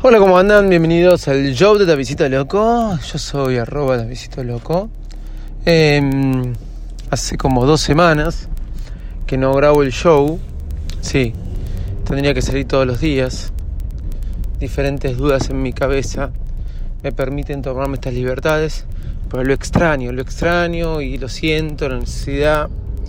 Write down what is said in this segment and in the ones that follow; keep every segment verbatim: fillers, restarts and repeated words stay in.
Hola, ¿cómo andan? Bienvenidos al show de Davidcito Loco. Yo soy arroba Davidcito Loco. Eh, hace como dos semanas que no grabo el show. Sí, tendría que salir todos los días. Diferentes dudas en mi cabeza me permiten tomarme estas libertades, pero lo extraño, lo extraño y lo siento, la necesidad.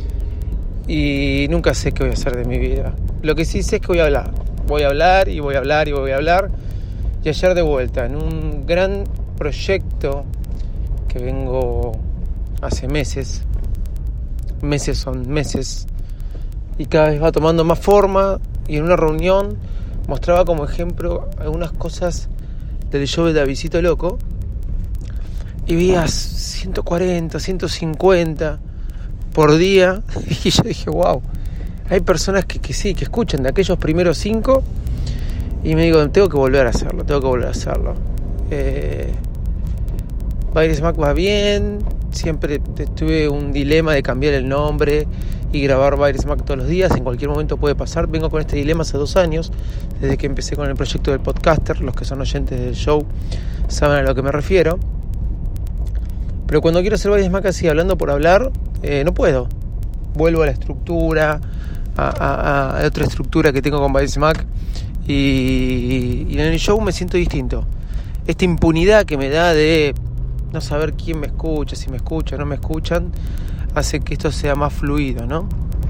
Y nunca sé qué voy a hacer de mi vida. Lo que sí sé es que voy a hablar. Voy a hablar y voy a hablar y voy a hablar. Y ayer de vuelta en un gran proyecto que vengo hace meses. Meses son meses. Y cada vez va tomando más forma. Y en una reunión mostraba como ejemplo algunas cosas del show de Davidcito Loco. Y veías ciento cuarenta, ciento cincuenta por día. Y yo dije, wow. Hay personas que, que sí, que escuchan de aquellos primeros cinco. Y me digo, tengo que volver a hacerlo, tengo que volver a hacerlo. Eh, Virus Mac va bien. Siempre tuve un dilema de cambiar el nombre y grabar Virus Mac todos los días. En cualquier momento puede pasar. Vengo con este dilema hace dos años, desde que empecé con el proyecto del podcaster. Los que son oyentes del show saben a lo que me refiero. Pero cuando quiero hacer Virus Mac así, hablando por hablar, eh, no puedo. Vuelvo a la estructura, a, a, a otra estructura que tengo con Virus Mac. Y, y en el show me siento distinto. Esta impunidad que me da de no saber quién me escucha, si me escuchan o no me escuchan, hace que esto sea más fluido, ¿no?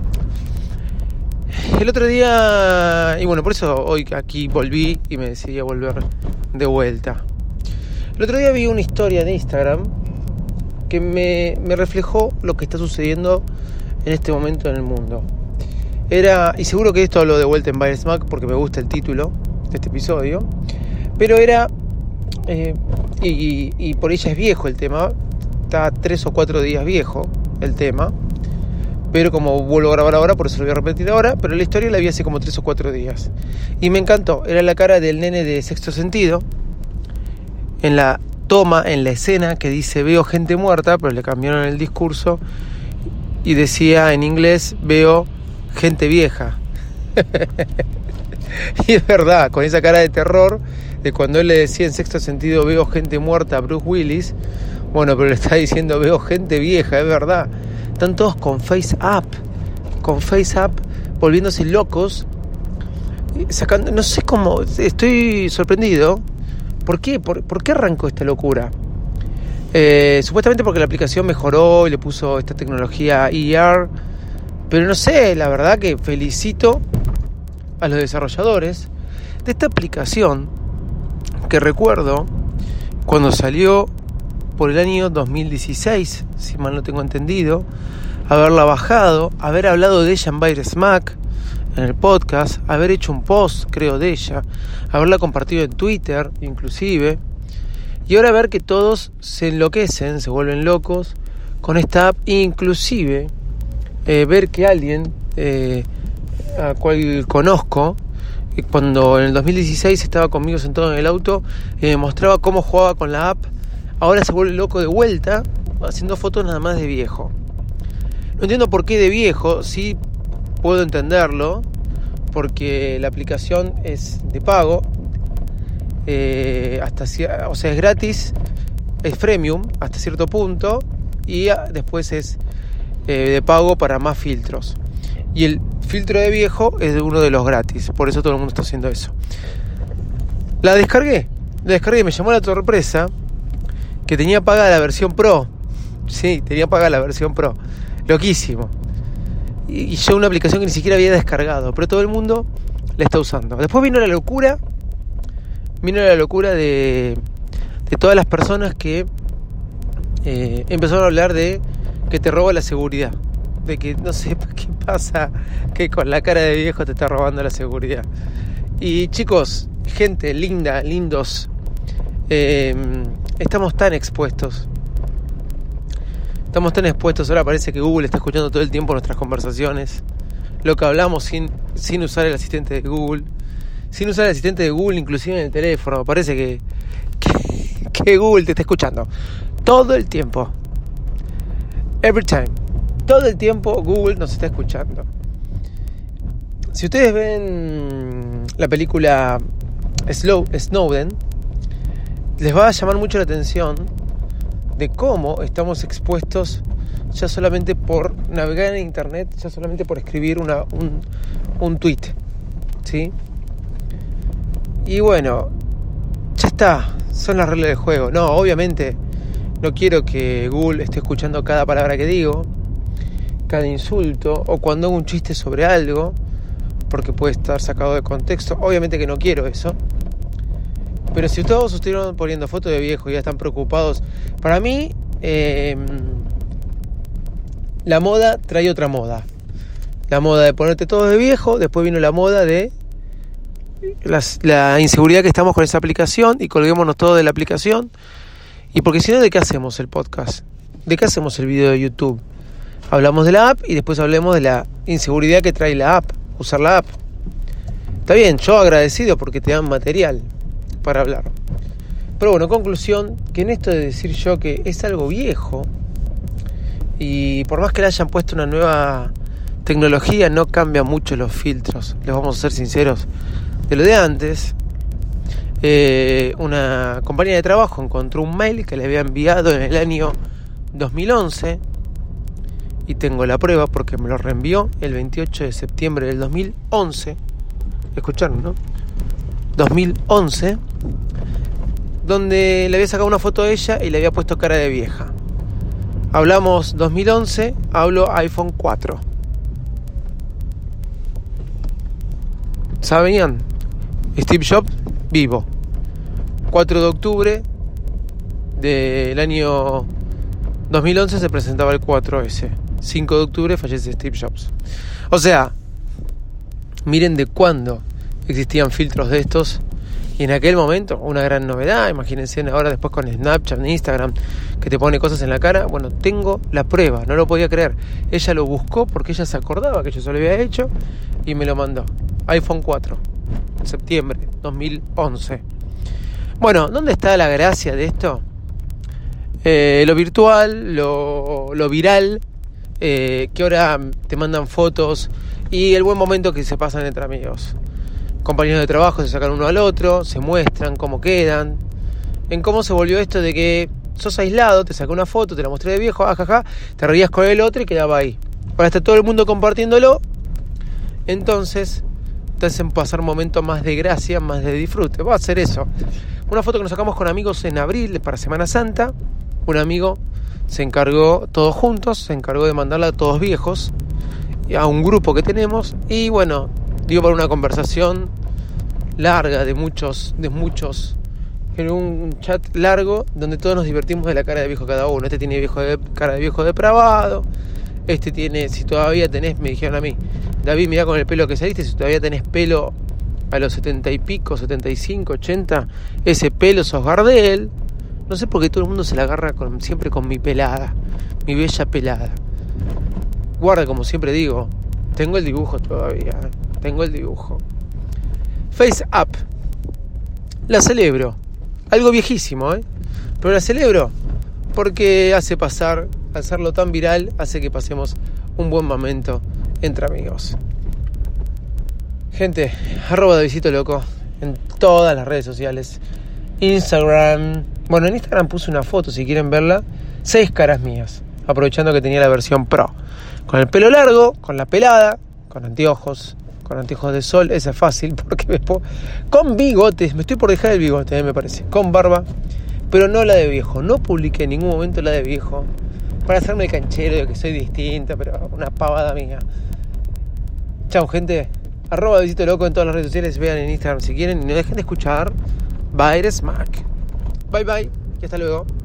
El otro día, y bueno, por eso hoy aquí volví y me decidí a volver de vuelta. El otro día vi una historia de Instagram que me, me reflejó lo que está sucediendo en este momento en el mundo. Era, y seguro que esto hablo de vuelta en Virus Mac porque me gusta el título de este episodio, pero era, eh, y, y, y por ella es viejo el tema, está tres o cuatro días viejo el tema, pero como vuelvo a grabar ahora, por eso lo voy a repetir ahora, pero la historia la vi hace como tres o cuatro días, y me encantó. Era la cara del nene de Sexto Sentido, en la toma, en la escena, que dice, veo gente muerta, pero le cambiaron el discurso, y decía en inglés, veo gente vieja. Y es verdad, con esa cara de terror de cuando él le decía en Sexto Sentido, veo gente muerta a Bruce Willis. Bueno, pero le está diciendo, veo gente vieja, es verdad. Están todos con face up, con face up, volviéndose locos, sacando, no sé cómo, estoy sorprendido. ¿Por qué? ¿Por, ¿por qué arrancó esta locura? Eh, supuestamente porque la aplicación mejoró y le puso esta tecnología E R. Pero no sé, la verdad que felicito a los desarrolladores de esta aplicación que recuerdo cuando salió por el año dos mil dieciséis, si mal no tengo entendido, haberla bajado, haber hablado de ella en Virus Mac, en el podcast, haber hecho un post, creo, de ella, haberla compartido en Twitter, inclusive, y ahora ver que todos se enloquecen, se vuelven locos con esta app, inclusive Eh, ver que alguien eh, a cual conozco, eh, cuando en el dos mil dieciséis estaba conmigo sentado en el auto y me mostraba cómo jugaba con la app, ahora se vuelve loco de vuelta haciendo fotos nada más de viejo. No entiendo por qué de viejo, sí puedo entenderlo, porque la aplicación es de pago, eh, hasta o sea es gratis, es freemium hasta cierto punto, y después es Eh, de pago para más filtros, y el filtro de viejo es uno de los gratis, por eso todo el mundo está haciendo eso. La descargué, la descargué y me llamó la sorpresa que tenía pagada la versión Pro. Sí, tenía pagada la versión Pro, loquísimo. Y, y yo una aplicación que ni siquiera había descargado, pero todo el mundo la está usando. Después vino la locura, vino la locura de, de todas las personas que eh, empezaron a hablar de que te roba la seguridad, de que no sé qué pasa, que con la cara de viejo te está robando la seguridad. Y chicos, gente linda, lindos, eh, estamos tan expuestos, estamos tan expuestos, ahora parece que Google está escuchando todo el tiempo nuestras conversaciones, lo que hablamos sin, sin usar el asistente de Google, sin usar el asistente de Google inclusive en el teléfono, parece que, que, que Google te está escuchando todo el tiempo. Every time, todo el tiempo Google nos está escuchando. Si ustedes ven la película Snowden, les va a llamar mucho la atención de cómo estamos expuestos ya solamente por navegar en internet, ya solamente por escribir una, un, un tweet, ¿sí? Y bueno, ya está, son las reglas del juego. No, obviamente no quiero que Google esté escuchando cada palabra que digo, cada insulto, o cuando hago un chiste sobre algo, porque puede estar sacado de contexto. Obviamente que no quiero eso. Pero si todos estuvieron poniendo fotos de viejo y ya están preocupados, para mí eh, la moda trae otra moda. La moda de ponerte todo de viejo, después vino la moda de las, la inseguridad que estamos con esa aplicación y colguémonos todo de la aplicación. Y porque si no, ¿de qué hacemos el podcast? ¿De qué hacemos el video de YouTube? Hablamos de la app y después hablemos de la inseguridad que trae la app, usar la app. Está bien, yo agradecido porque te dan material para hablar. Pero bueno, conclusión, que en esto de decir yo que es algo viejo, y por más que le hayan puesto una nueva tecnología, no cambia mucho los filtros, les vamos a ser sinceros, de lo de antes. Eh, una compañía de trabajo encontró un mail que le había enviado en el año dos mil once, y tengo la prueba porque me lo reenvió el veintiocho de septiembre del dos mil once. Escucharon, ¿no? dos mil once, donde le había sacado una foto de ella y le había puesto cara de vieja. Hablamos dos mil once, hablo iPhone cuatro. ¿Sabían? Steve Jobs vivo. cuatro de octubre del año dos mil once se presentaba el cuatro ese. cinco de octubre fallece Steve Jobs. O sea, miren de cuándo existían filtros de estos. Y en aquel momento, una gran novedad. Imagínense ahora después con Snapchat, Instagram, que te pone cosas en la cara. Bueno, tengo la prueba, no lo podía creer. Ella lo buscó porque ella se acordaba que yo se lo había hecho y me lo mandó. iPhone cuatro, septiembre dos mil once. Bueno, ¿dónde está la gracia de esto? Eh, lo virtual, lo, lo viral, eh, que ahora te mandan fotos y el buen momento que se pasan entre amigos. Compañeros de trabajo se sacan uno al otro, se muestran cómo quedan, en cómo se volvió esto de que sos aislado, te saqué una foto, te la mostré de viejo, ajaja, te reías con el otro y quedaba ahí. Ahora está todo el mundo compartiéndolo, entonces te hacen pasar momentos más de gracia, más de disfrute. Va a ser eso. Una foto que nos sacamos con amigos en abril para Semana Santa. Un amigo se encargó, todos juntos, se encargó de mandarla a todos viejos, a un grupo que tenemos, y bueno, dio para una conversación larga de muchos, de muchos, en un chat largo donde todos nos divertimos de la cara de viejo cada uno. Este tiene viejo de, cara de viejo depravado, este tiene, si todavía tenés, me dijeron a mí, David, mirá con el pelo que saliste, si todavía tenés pelo a los setenta y pico, setenta y cinco, ochenta, ese pelo sos Gardel. No sé por qué todo el mundo se la agarra con, siempre con mi pelada, mi bella pelada. Guarda, como siempre digo, tengo el dibujo todavía, tengo el dibujo. Face App, la celebro, algo viejísimo, ¿eh? Pero la celebro porque hace pasar, al hacerlo tan viral, hace que pasemos un buen momento entre amigos. Gente, arroba Davidcito Loco en todas las redes sociales. Instagram, bueno, en Instagram puse una foto, si quieren verla, seis caras mías, aprovechando que tenía la versión Pro, con el pelo largo, con la pelada, con anteojos, con anteojos de sol. Esa es fácil porque me pongo con bigotes, me estoy por dejar el bigote, eh, me parece, con barba, pero no la de viejo. No publiqué en ningún momento la de viejo para hacerme el canchero de que soy distinta, pero una pavada mía. Chao, gente, arroba Davidcito Loco en todas las redes sociales. Vean en Instagram si quieren y no dejen de escuchar Baires Mac. Bye bye y hasta luego.